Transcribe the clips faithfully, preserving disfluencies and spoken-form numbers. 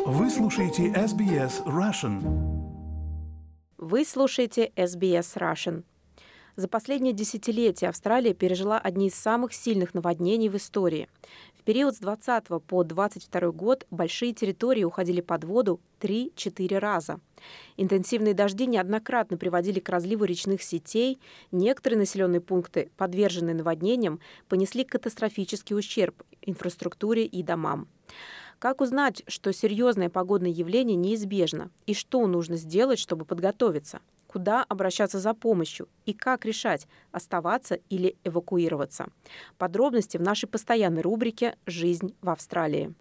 Вы слушаете эс би эс Russian. Вы слушаете эс би эс Russian. За последние десятилетия Австралия пережила одни из самых сильных наводнений в истории. В период с двадцатого по двадцать второй год большие территории уходили под воду три-четыре раза. Интенсивные дожди неоднократно приводили к разливу речных сетей. Некоторые населенные пункты, подверженные наводнениям, понесли катастрофический ущерб инфраструктуре и домам. Как узнать, что серьезное погодное явление неизбежно, и что нужно сделать, чтобы подготовиться? Куда обращаться за помощью и как решать, оставаться или эвакуироваться? Подробности в нашей постоянной рубрике «Жизнь в Австралии».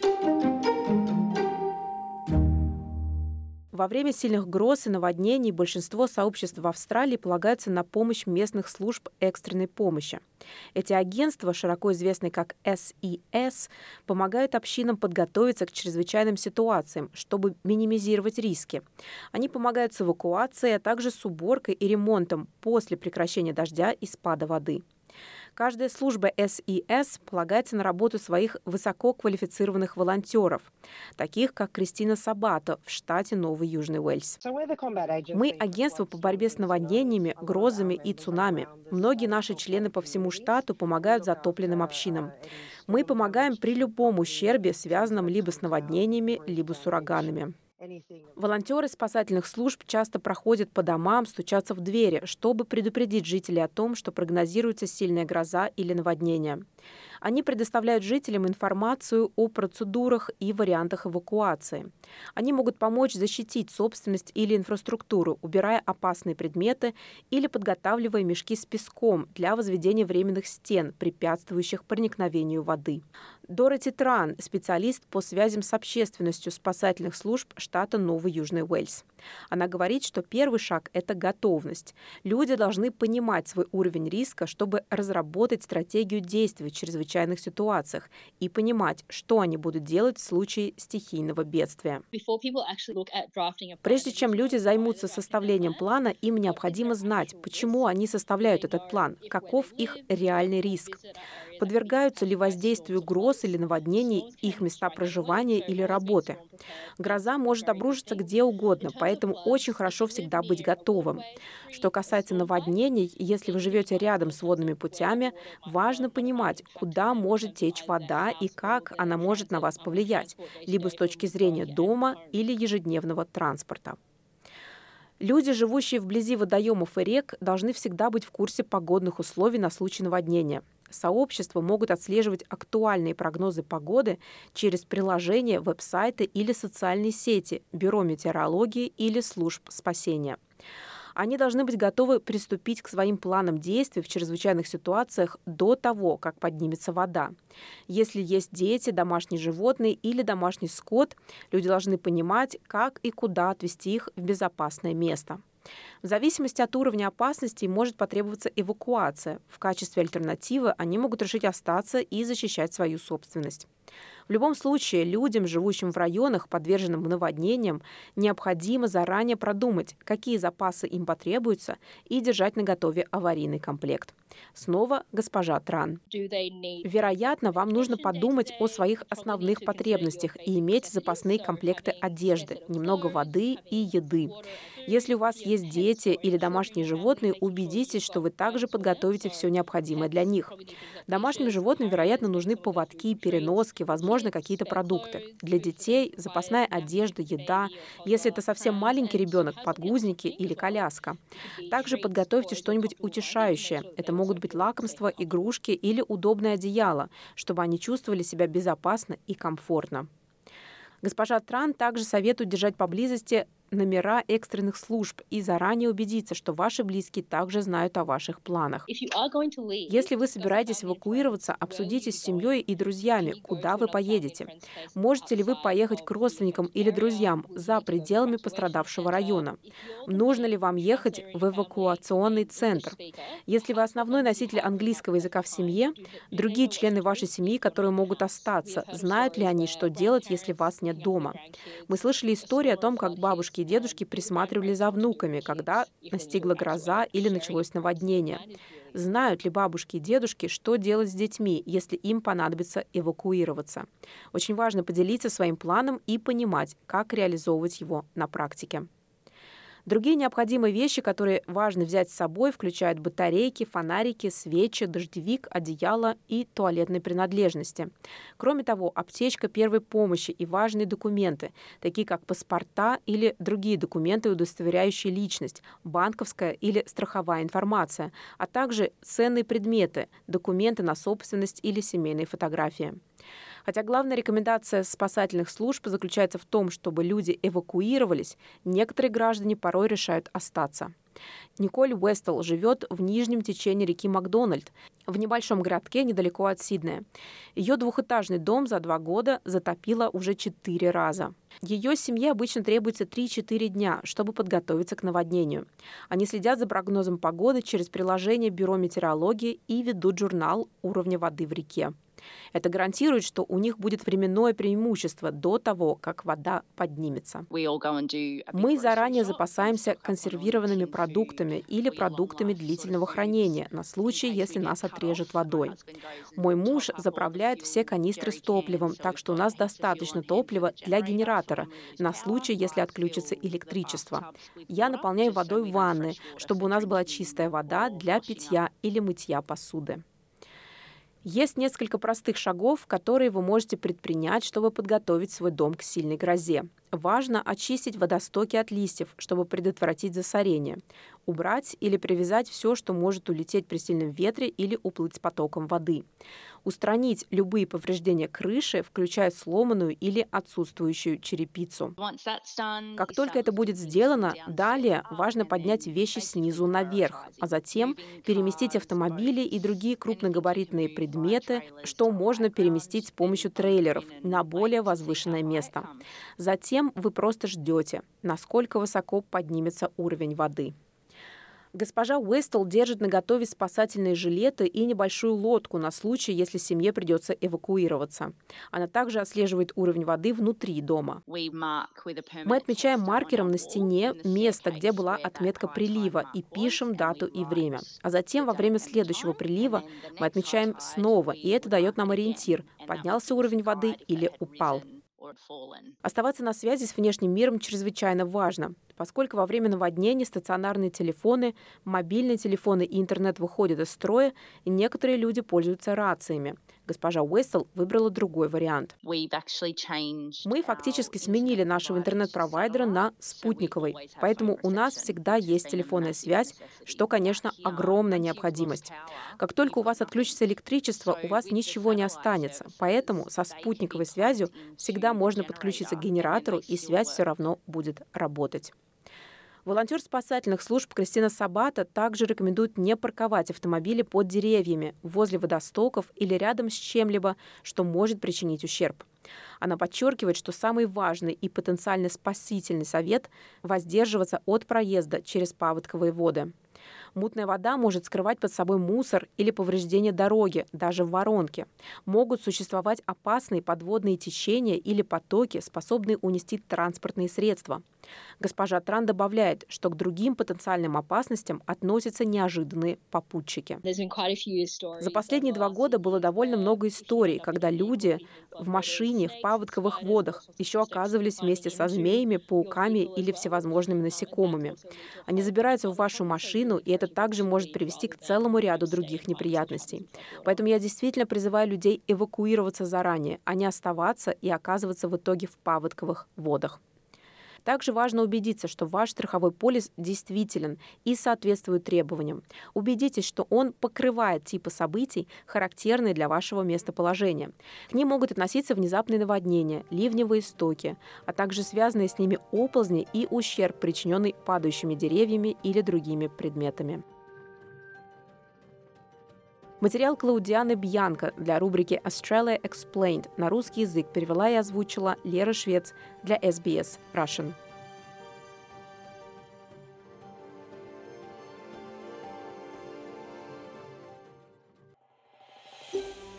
Во время сильных гроз и наводнений большинство сообществ в Австралии полагаются на помощь местных служб экстренной помощи. Эти агентства, широко известные как эс и эс, помогают общинам подготовиться к чрезвычайным ситуациям, чтобы минимизировать риски. Они помогают с эвакуацией, а также с уборкой и ремонтом после прекращения дождя и спада воды. Каждая служба эс и эс полагается на работу своих высококвалифицированных волонтеров, таких как Кристина Сабато в штате Новый Южный Уэльс. Мы – агентство по борьбе с наводнениями, грозами и цунами. Многие наши члены по всему штату помогают затопленным общинам. Мы помогаем при любом ущербе, связанном либо с наводнениями, либо с ураганами. Волонтеры спасательных служб часто проходят по домам, стучатся в двери, чтобы предупредить жителей о том, что прогнозируется сильная гроза или наводнение. Они предоставляют жителям информацию о процедурах и вариантах эвакуации. Они могут помочь защитить собственность или инфраструктуру, убирая опасные предметы или подготавливая мешки с песком для возведения временных стен, препятствующих проникновению воды. Дороти Тран – специалист по связям с общественностью спасательных служб штата Новый Южный Уэльс. Она говорит, что первый шаг – это готовность. Люди должны понимать свой уровень риска, чтобы разработать стратегию действий в чрезвычайных ситуациях и понимать, что они будут делать в случае стихийного бедствия. Прежде чем люди займутся составлением плана, им необходимо знать, почему они составляют этот план, каков их реальный риск. Подвергаются ли воздействию гроз или наводнений их места проживания или работы. Гроза может обрушиться где угодно, поэтому очень хорошо всегда быть готовым. Что касается наводнений, если вы живете рядом с водными путями, важно понимать, куда может течь вода и как она может на вас повлиять, либо с точки зрения дома или ежедневного транспорта. Люди, живущие вблизи водоемов и рек, должны всегда быть в курсе погодных условий на случай наводнения. Сообщества могут отслеживать актуальные прогнозы погоды через приложения, веб-сайты или социальные сети, бюро метеорологии или служб спасения. Они должны быть готовы приступить к своим планам действий в чрезвычайных ситуациях до того, как поднимется вода. Если есть дети, домашние животные или домашний скот, люди должны понимать, как и куда отвезти их в безопасное место. В зависимости от уровня опасности может потребоваться эвакуация. В качестве альтернативы они могут решить остаться и защищать свою собственность. В любом случае, людям, живущим в районах, подверженным наводнениям, необходимо заранее продумать, какие запасы им потребуются, и держать наготове аварийный комплект. Снова госпожа Тран. Вероятно, вам нужно подумать о своих основных потребностях и иметь запасные комплекты одежды, немного воды и еды. Если у вас есть дети или домашние животные, убедитесь, что вы также подготовите все необходимое для них. Домашним животным, вероятно, нужны поводки, переноски, возможно, какие-то продукты. Для детей запасная одежда, еда. Если это совсем маленький ребенок, подгузники или коляска. Также подготовьте что-нибудь утешающее. Это могут быть лакомства, игрушки или удобное одеяло, чтобы они чувствовали себя безопасно и комфортно. Госпожа Тран также советует держать поблизости номера экстренных служб и заранее убедиться, что ваши близкие также знают о ваших планах. Если вы собираетесь эвакуироваться, обсудите с семьей и друзьями, куда вы поедете. Можете ли вы поехать к родственникам или друзьям за пределами пострадавшего района? Нужно ли вам ехать в эвакуационный центр? Если вы основной носитель английского языка в семье, другие члены вашей семьи, которые могут остаться, знают ли они, что делать, если вас нет дома? Мы слышали истории о том, как бабушки бабушки и дедушки присматривали за внуками, когда настигла гроза или началось наводнение? Знают ли бабушки и дедушки, что делать с детьми, если им понадобится эвакуироваться? Очень важно поделиться своим планом и понимать, как реализовывать его на практике. Другие необходимые вещи, которые важно взять с собой, включают батарейки, фонарики, свечи, дождевик, одеяло и туалетные принадлежности. Кроме того, аптечка первой помощи и важные документы, такие как паспорта или другие документы, удостоверяющие личность, банковская или страховая информация, а также ценные предметы, документы на собственность или семейные фотографии. Хотя главная рекомендация спасательных служб заключается в том, чтобы люди эвакуировались, некоторые граждане порой решают остаться. Николь Уэстл живет в нижнем течении реки Макдональд, в небольшом городке недалеко от Сиднея. Ее двухэтажный дом за два года затопило уже четыре раза. Ее семье обычно требуется три-четыре дня, чтобы подготовиться к наводнению. Они следят за прогнозом погоды через приложение Бюро метеорологии и ведут журнал уровня воды в реке. Это гарантирует, что у них будет временное преимущество до того, как вода поднимется. Мы заранее запасаемся консервированными продуктами или продуктами длительного хранения на случай, если нас отрежет водой. Мой муж заправляет все канистры с топливом, так что у нас достаточно топлива для генератора на случай, если отключится электричество. Я наполняю водой ванны, чтобы у нас была чистая вода для питья или мытья посуды. Есть несколько простых шагов, которые вы можете предпринять, чтобы подготовить свой дом к сильной грозе. Важно очистить водостоки от листьев, чтобы предотвратить засорение. Убрать или привязать все, что может улететь при сильном ветре или уплыть с потоком воды. Устранить любые повреждения крыши, включая сломанную или отсутствующую черепицу. Как только это будет сделано, далее важно поднять вещи снизу наверх, а затем переместить автомобили и другие крупногабаритные предметы, что можно переместить с помощью трейлеров, на более возвышенное место. Затем вы просто ждете, насколько высоко поднимется уровень воды. Госпожа Уэстл держит наготове спасательные жилеты и небольшую лодку на случай, если семье придется эвакуироваться. Она также отслеживает уровень воды внутри дома. Мы отмечаем маркером на стене место, где была отметка прилива, и пишем дату и время. А затем во время следующего прилива мы отмечаем снова, и это дает нам ориентир, поднялся уровень воды или упал. Оставаться на связи с внешним миром чрезвычайно важно, поскольку во время наводнений стационарные телефоны, мобильные телефоны и интернет выходят из строя, и некоторые люди пользуются рациями. Госпожа Уэстл выбрала другой вариант. Мы фактически сменили нашего интернет-провайдера на спутниковый, поэтому у нас всегда есть телефонная связь, что, конечно, огромная необходимость. Как только у вас отключится электричество, у вас ничего не останется, поэтому со спутниковой связью всегда можно подключиться к генератору, и связь все равно будет работать. Волонтер спасательных служб Кристина Сабата также рекомендует не парковать автомобили под деревьями, возле водостоков или рядом с чем-либо, что может причинить ущерб. Она подчеркивает, что самый важный и потенциально спасительный совет – воздерживаться от проезда через паводковые воды. Мутная вода может скрывать под собой мусор или повреждение дороги, даже в воронке. Могут существовать опасные подводные течения или потоки, способные унести транспортные средства. Госпожа Тран добавляет, что к другим потенциальным опасностям относятся неожиданные попутчики. За последние два года было довольно много историй, когда люди в машине в паводковых водах еще оказывались вместе со змеями, пауками или всевозможными насекомыми. Они забираются в вашу машину, и это также может привести к целому ряду других неприятностей. Поэтому я действительно призываю людей эвакуироваться заранее, а не оставаться и оказываться в итоге в паводковых водах. Также важно убедиться, что ваш страховой полис действителен и соответствует требованиям. Убедитесь, что он покрывает типы событий, характерные для вашего местоположения. К ним могут относиться внезапные наводнения, ливневые стоки, а также связанные с ними оползни и ущерб, причиненный падающими деревьями или другими предметами. Материал Клаудианы Бьянко для рубрики Australia Explained на русский язык перевела и озвучила Лера Швец для эс би эс Russian.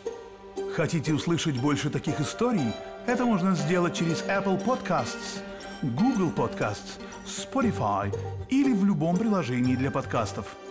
Хотите услышать больше таких историй? Это можно сделать через Apple Podcasts, Google Podcasts, Spotify или в любом приложении для подкастов.